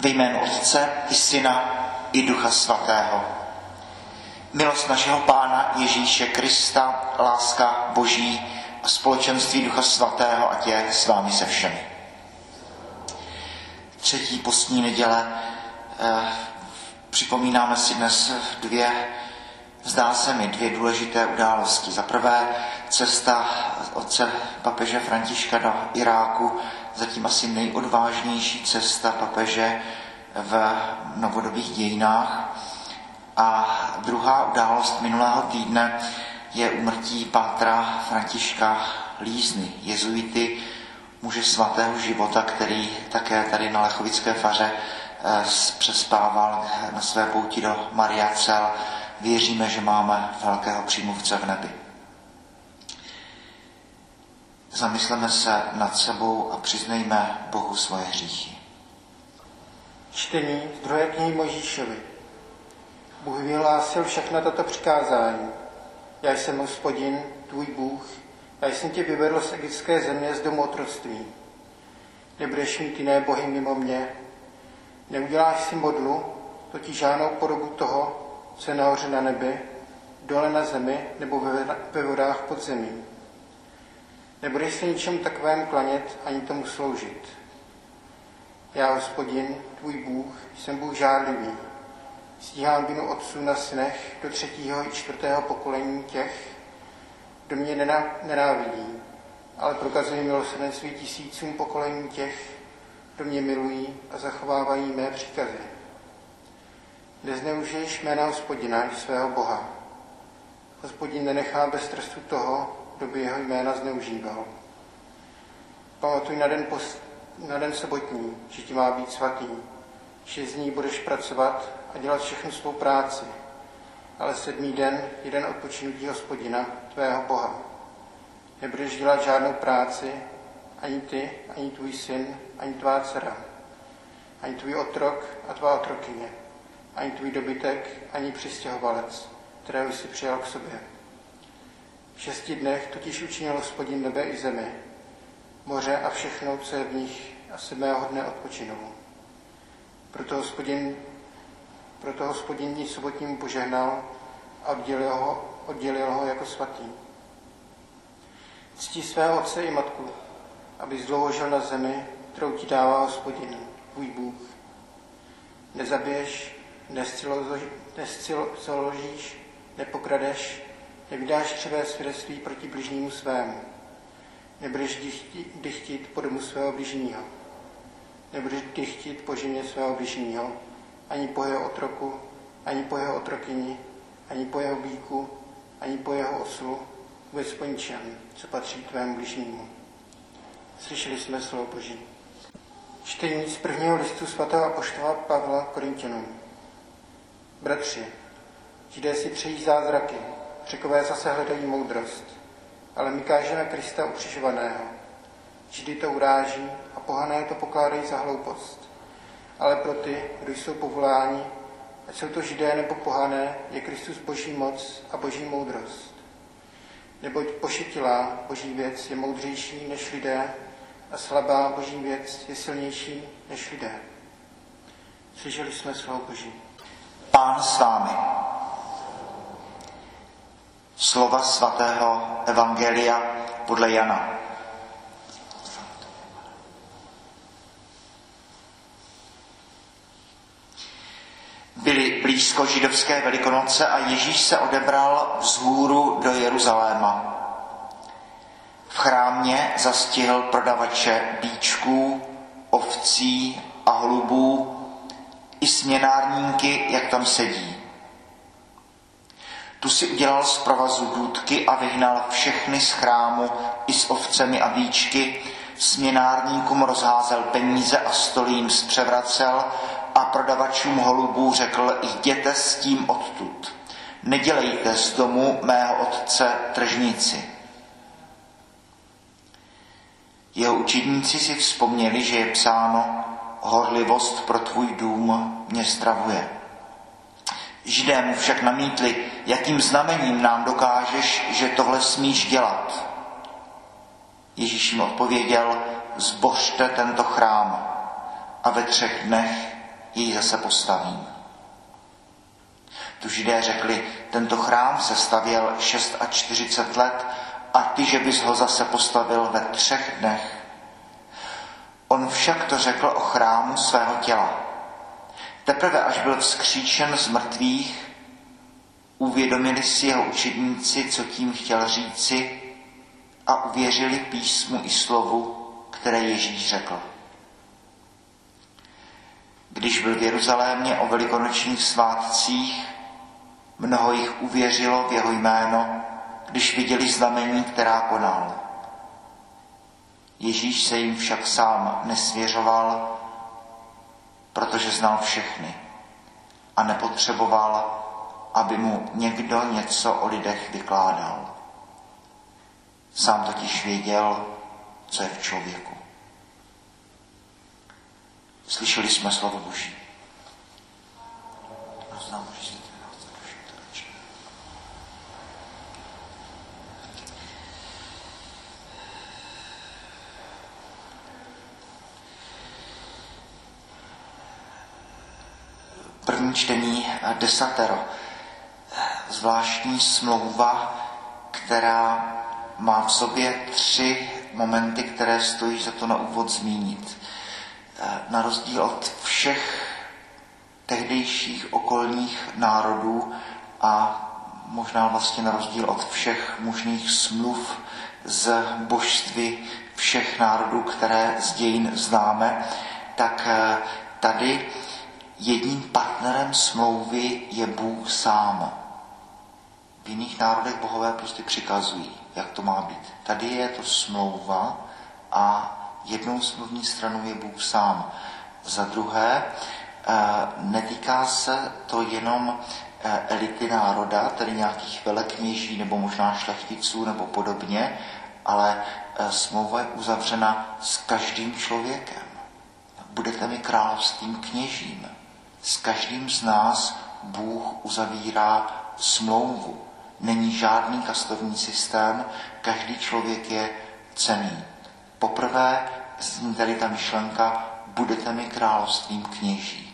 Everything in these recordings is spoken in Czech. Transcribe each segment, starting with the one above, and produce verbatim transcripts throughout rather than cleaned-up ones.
Ve jménu Otce i Syna i Ducha Svatého. Milost našeho Pána Ježíše Krista, láska Boží a společenství Ducha Svatého ať je s vámi se všemi. Třetí postní neděle. Eh, připomínáme si dnes dvě, zdá se mi, dvě důležité události. Za prvé cesta otce papeže Františka do Iráku, zatím asi nejodvážnější cesta papeže v novodobých dějinách. A druhá událost minulého týdne je úmrtí pátra Františka Lízny, jezuity, muže svatého života, který také tady na Lechovické faře přespával na své pouti do Mariacel. Věříme, že máme velkého přímluvce v nebi. Zamysleme se nad sebou a přiznejme Bohu svoje hříchy. Čtení z druhé knihy Mojžíšovi. Bůh vyhlásil všechna tato přikázání. Já jsem Hospodin, tvůj Bůh, já jsem tě vyvedl z egyptské země, z domu otroctví. Nebudeš mít jiné bohy mimo mě. Neuděláš si modlu, totiž žádnou podobu toho, co je nahoře na nebi, dole na zemi nebo ve vodách pod zemí. Nebudeš se ničemu takovému klanět ani tomu sloužit. Já, Hospodin, tvůj Bůh, jsem Bůh žádlivý. Stíhám vinu otců na synech do třetího i čtvrtého pokolení těch, kdo mě nenávidí, ale prokazují milosrdenství tisícům pokolení těch, kdo mě milují a zachovávají mé příkazy. Nezneužiješ jména Hospodina, svého Boha. Hospodin nenechá bez trestu toho, kdo by jeho jména zneužíval. Pamatuj na den, post, na den sobotní, že ti má být svatý. Šest dní budeš pracovat a dělat všechnu svou práci, ale sedmý den je den odpočinutí Hospodina, tvého Boha. Nebudeš dělat žádnou práci, ani ty, ani tvůj syn, ani tvá dcera, ani tvůj otrok a tvá otrokyně, ani tvůj dobytek, ani přistěhovalec, kterého jsi přijal k sobě. V šesti dnech totiž učinil Hospodin nebe i zemi, moře a všechno, co je v nich, a sedmého dne odpočinul. Proto Hospodin, proto Hospodin dní sobotnímu požehnal a oddělil ho, oddělil ho jako svatý. Cti svého otce i matku, aby dlouho žil na zemi, kterou ti dává Hospodin, tvůj Bůh. Nezabiješ, nesctiložíš, nepokradeš, nevydáš křivé svědectví proti bližnímu svému. Nebudeš dychtit po domu svého bližního. Nebudeš dychtit po ženě svého bližního, ani po jeho otroku, ani po jeho otrokyni, ani po jeho býku, ani po jeho oslu, vůbec po ničem, co patří tvému bližnímu. Slyšeli jsme slovo Boží. Čtení z prvního listu svatého apoštola Pavla Korinťanům. Bratři, Židé si přejí zázraky, Řekové zase hledají moudrost, ale my kážeme Krista ukřižovaného. Židy to uráží a pohané to pokládají za hloupost. Ale pro ty, kdo jsou povoláni, ať jsou to Židé nebo pohané, je Kristus Boží moc a Boží moudrost. Neboť pošetilá Boží věc je moudřejší než lidé a slabá Boží věc je silnější než lidé. Slyšeli jsme slovo Boží. Pán s vámi. Slova svatého evangelia podle Jana. Byly blízko židovské Velikonoce a Ježíš se odebral vzhůru do Jeruzaléma. V chrámě zastihl prodavače býčků, ovcí a holubů i směnárníky, jak tam sedí. Tu si udělal z provazu důtky a vyhnal všechny z chrámu i s ovcemi a býčky. Směnárníkům rozházel peníze a stoly jim zpřevracel a prodavačům holubů řekl: jděte s tím odtud. Nedělejte z domu mého otce tržnici. Jeho učedníci si vzpomněli, že je psáno: horlivost pro tvůj dům mě stravuje. Židé mu však namítli: jakým znamením nám dokážeš, že tohle smíš dělat? Ježíš jim odpověděl: zbořte tento chrám a ve třech dnech jej zase postavím. Tu Židé řekli, tento chrám se stavěl čtyřicet šest let a ty, že bys ho zase postavil ve třech dnech. On však to řekl o chrámu svého těla. Teprve až byl vzkříšen z mrtvých, uvědomili si jeho učedníci, co tím chtěl říci, a uvěřili písmu i slovu, které Ježíš řekl. Když byl v Jeruzalémě o velikonočních svátcích, mnoho jich uvěřilo v jeho jméno, když viděli znamení, která konal. Ježíš se jim však sám nesvěřoval, protože znal všechny a nepotřeboval, aby mu někdo něco o lidech vykládal. Sám totiž věděl, co je v člověku. Slyšeli jsme slovo Boží. První čtení desatero. Zvláštní smlouva, která má v sobě tři momenty, které stojí za to na úvod zmínit. Na rozdíl od všech tehdejších okolních národů a možná vlastně na rozdíl od všech možných smluv z božství všech národů, které z dějin známe, tak tady jedním partnerem smlouvy je Bůh sám. V jiných národech bohové prostě přikazují, jak to má být. Tady je to smlouva a jednou smluvní stranou je Bůh sám. Za druhé, netýká se to jenom elity národa, tedy nějakých velekněží nebo možná šlechticů nebo podobně, ale smlouva je uzavřena s každým člověkem. Budete mi královským kněžím. S každým z nás Bůh uzavírá smlouvu. Není žádný kastovní systém, každý člověk je cenný. Poprvé zní tady ta myšlenka, budete mi královstvím kněží.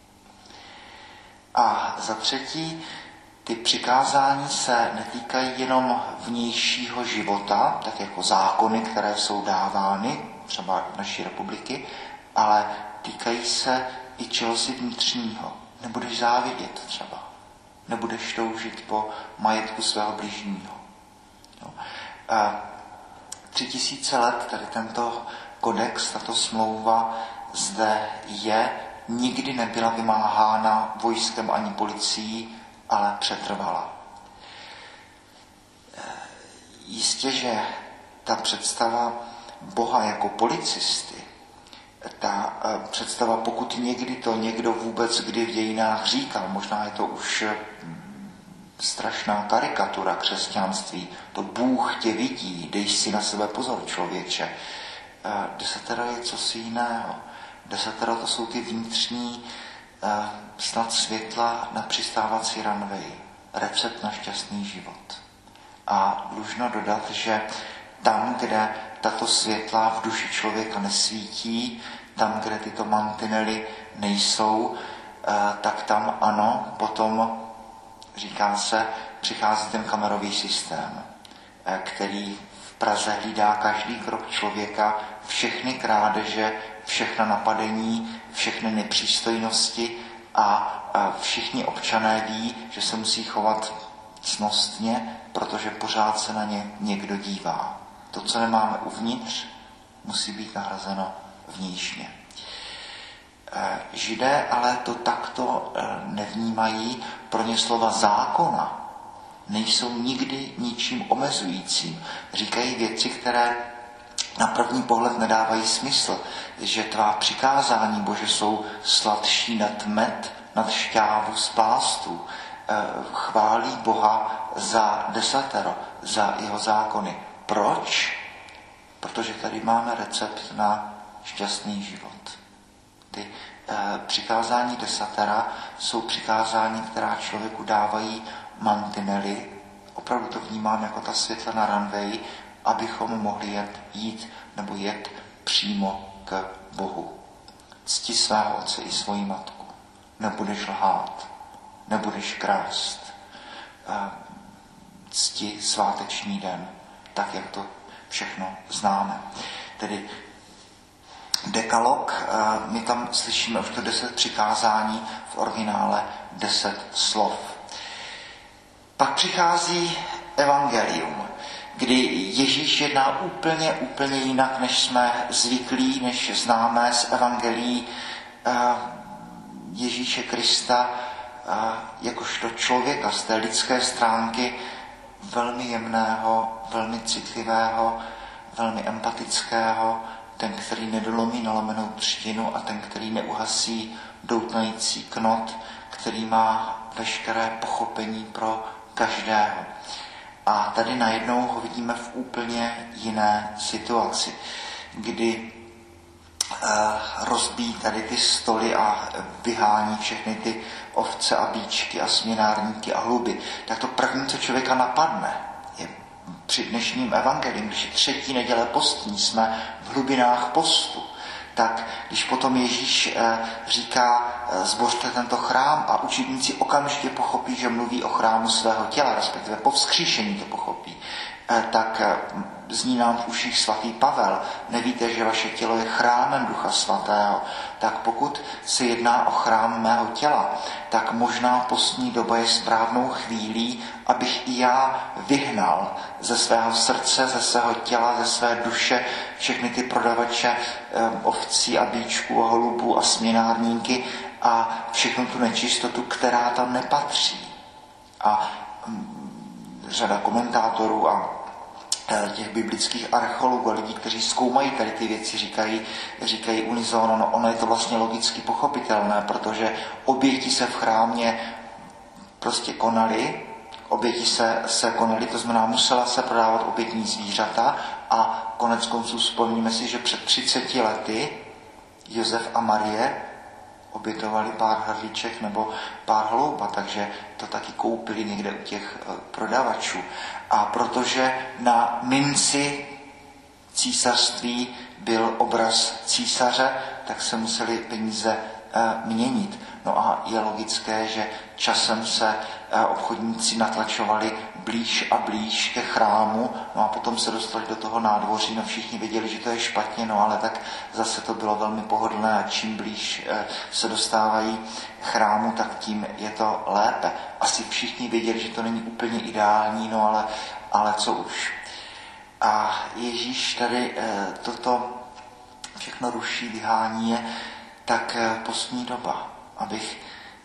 A za třetí, ty přikázání se netýkají jenom vnějšího života, tak jako zákony, které jsou dávány, třeba naší republiky, ale týkají se i čehosi vnitřního. Nebudeš závidět třeba. Nebudeš toužit po majetku svého bližního. No. Tři tisíce let tady tento kodex, tato smlouva zde je, nikdy nebyla vymáhána vojskem ani policií, ale přetrvala. Jistě, že ta představa Boha jako policisty, ta představa, pokud někdy to někdo vůbec kdy v dějinách říkal, možná je to už strašná karikatura křesťanství, to Bůh tě vidí, dej si na sebe pozor, člověče. Desatero je cosi jiného. Desatero to jsou ty vnitřní snad světla na přistávací runway, recept na šťastný život. A dlužno dodat, že tam, kde tato světla v duši člověka nesvítí, tam, kde tyto mantinely nejsou, tak tam ano, potom, říká se, přichází ten kamerový systém, který v Praze hlídá každý krok člověka, všechny krádeže, všechna napadení, všechny nepřístojnosti a všichni občané ví, že se musí chovat cnostně, protože pořád se na ně někdo dívá. To, co nemáme uvnitř, musí být nahrazeno vnějšně. Židé ale to takto nevnímají, pro ně slova zákona nejsou nikdy ničím omezujícím. Říkají věci, které na první pohled nedávají smysl, že tvá přikázání, Bože, jsou sladší nad med, nad šťávu z plástů. Chválí Boha za desatero, za jeho zákony. Proč? Protože tady máme recept na šťastný život. Ty eh, přikázání desatera jsou přikázání, která člověku dávají mantinely. Opravdu to vnímám jako ta světla na runway, abychom mohli jet, jít nebo jet přímo k Bohu. Cti svého otce i svoji matku. nebudeš lhát, nebudeš krást, cti sváteční den, tak, jak to všechno známe. Tedy dekalog, my tam slyšíme už to deset přikázání, v originále deset slov. Pak přichází evangelium, kdy Ježíš jedná úplně, úplně jinak, než jsme zvyklí, než známe z evangelií Ježíše Krista, jakožto člověka z té lidské stránky, velmi jemného, velmi citlivého, velmi empatického, ten, který nedolomí nalomenou třtinu a ten, který neuhasí doutnající knot, který má veškeré pochopení pro každého. A tady najednou ho vidíme v úplně jiné situaci, kdy eh, rozbíjí tady ty stoly a vyhání všechny ty ovce a bíčky a směnárníky a hluby. Tak to první, co člověka napadne, je při dnešním evangelium, když je třetí neděle postní, jsme v hlubinách postu, tak když potom Ježíš eh, říká, eh, zbořte tento chrám a učedníci okamžitě pochopí, že mluví o chrámu svého těla, respektive po vzkříšení to pochopí, eh, tak eh, zní nám v uších svatý Pavel, nevíte, že vaše tělo je chrámem Ducha Svatého, tak pokud se jedná o chrám mého těla, tak možná postní doba je správnou chvílí, abych i já vyhnal ze svého srdce, ze svého těla, ze své duše všechny ty prodavače eh, ovcí a bíčků a holubů a směnárníky a všechnu tu nečistotu, která tam nepatří. A hm, řada komentátorů a těch biblických archeologů a lidí, kteří zkoumají tady ty věci, říkají, říkají unisono, no ono je to vlastně logicky pochopitelné, protože oběti se v chrámě prostě konaly, oběti se, se konaly, to znamená, musela se prodávat obětní zvířata a konec konců vzpomníme si, že před třiceti lety Josef a Marie obětovali pár hrdliček nebo pár hlouba, takže to taky koupili někde u těch prodavačů. A protože na minci císařství byl obraz císaře, tak se museli peníze měnit. No a je logické, že časem se obchodníci natlačovali blíž a blíž ke chrámu, no a potom se dostali do toho nádvoří, no všichni věděli, že to je špatně, no ale tak zase to bylo velmi pohodlné a čím blíž se dostávají chrámu, tak tím je to lépe. Asi všichni věděli, že to není úplně ideální, no ale, ale co už. A Ježíš tady toto všechno ruší, vyhání je, tak postní doba, abych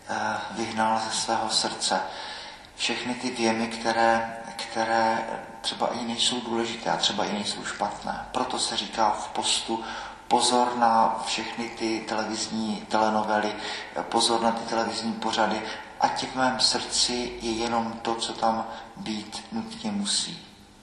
vyhnal ze svého srdce všechny ty věmy, které, které třeba i nejsou důležité a třeba i nejsou špatné. Proto se říká v postu pozor na všechny ty televizní telenovely, pozor na ty televizní pořady, ať v mém srdci je jenom to, co tam být nutně musí.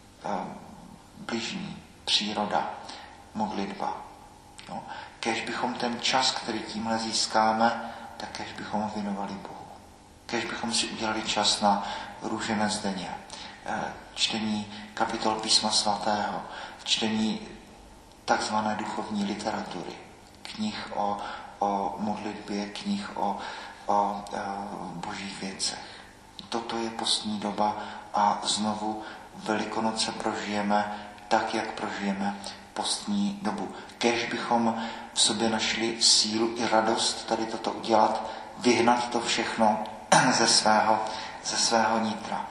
Bližní, příroda, modlitba. No. Kéž bychom ten čas, který tímhle získáme, tak kéž bychom ho věnovali Bohu. Kéž bychom si udělali čas na růženec denně, čtení kapitol písma svatého, čtení takzvané duchovní literatury, knih o, o modlitbě, knih o, o, o božích věcech. Toto je postní doba a znovu Velikonoce prožijeme tak, jak prožijeme postní dobu. Kéž bychom v sobě našli sílu i radost tady toto udělat, vyhnat to všechno ze svého, ze svého nitra.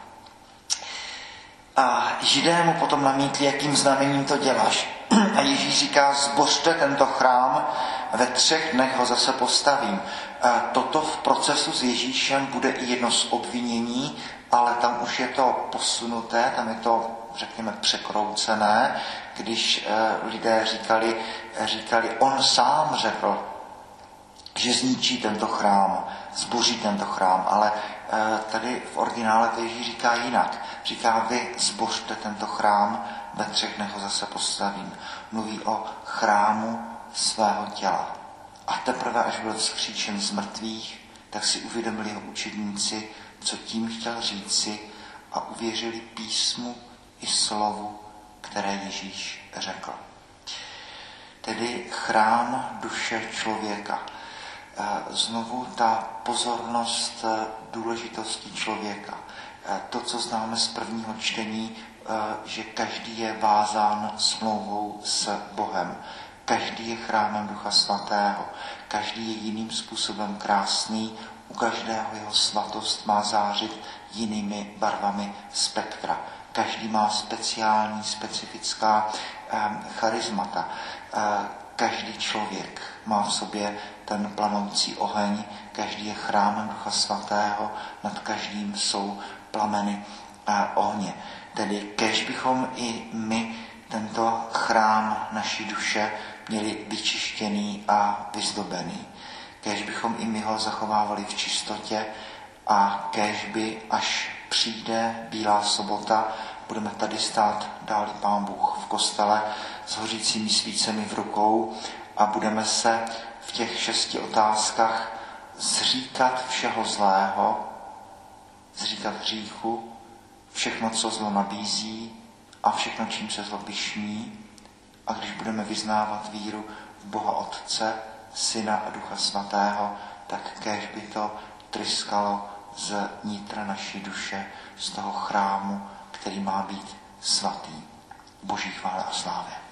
A Židé mu potom namítli, jakým znamením to děláš. A Ježíš říká, zbořte tento chrám, ve třech dnech ho zase postavím. A toto v procesu s Ježíšem bude i jedno z obvinění, ale tam už je to posunuté, tam je to, řekněme, překroucené, když e, lidé říkali, říkali, on sám řekl, že zničí tento chrám, zboří tento chrám, ale e, tady v originále to Ježíš říká jinak. Říká, vy zbořte tento chrám, ve třech dnech ho zase postavím. Mluví o chrámu svého těla. A teprve, až byl vzkříšen z mrtvých, tak si uvědomili jeho učedníci, co tím chtěl říci a uvěřili písmu i slovu, které Ježíš řekl. Tedy chrám duše člověka. Znovu ta pozornost důležitosti člověka. To, co známe z prvního čtení, že každý je vázán smlouvou s Bohem. Každý je chrámem Ducha Svatého. Každý je jiným způsobem krásný. U každého jeho svatost má zářit jinými barvami spektra. Každý má speciální, specifická charismata. Každý člověk má v sobě ten planoucí oheň, každý je chrámem Ducha Svatého, nad každým jsou plameny ohně. Tedy kéž bychom i my tento chrám naší duše měli vyčištěný a vyzdobený. Kéž bychom i my ho zachovávali v čistotě a kéž by, až přijde Bílá sobota, budeme tady stát, dá-li Pán Bůh, v kostele s hořícími svícemi v rukou a budeme se v těch šesti otázkách zříkat všeho zlého, zříkat hříchu, všechno, co zlo nabízí a všechno, čím se zlo pyšní. A když budeme vyznávat víru v Boha Otce, Syna a Ducha Svatého, tak kéž by to tryskalo z nitra naší duše, z toho chrámu, který má být svatý. Boží chvále a slávě.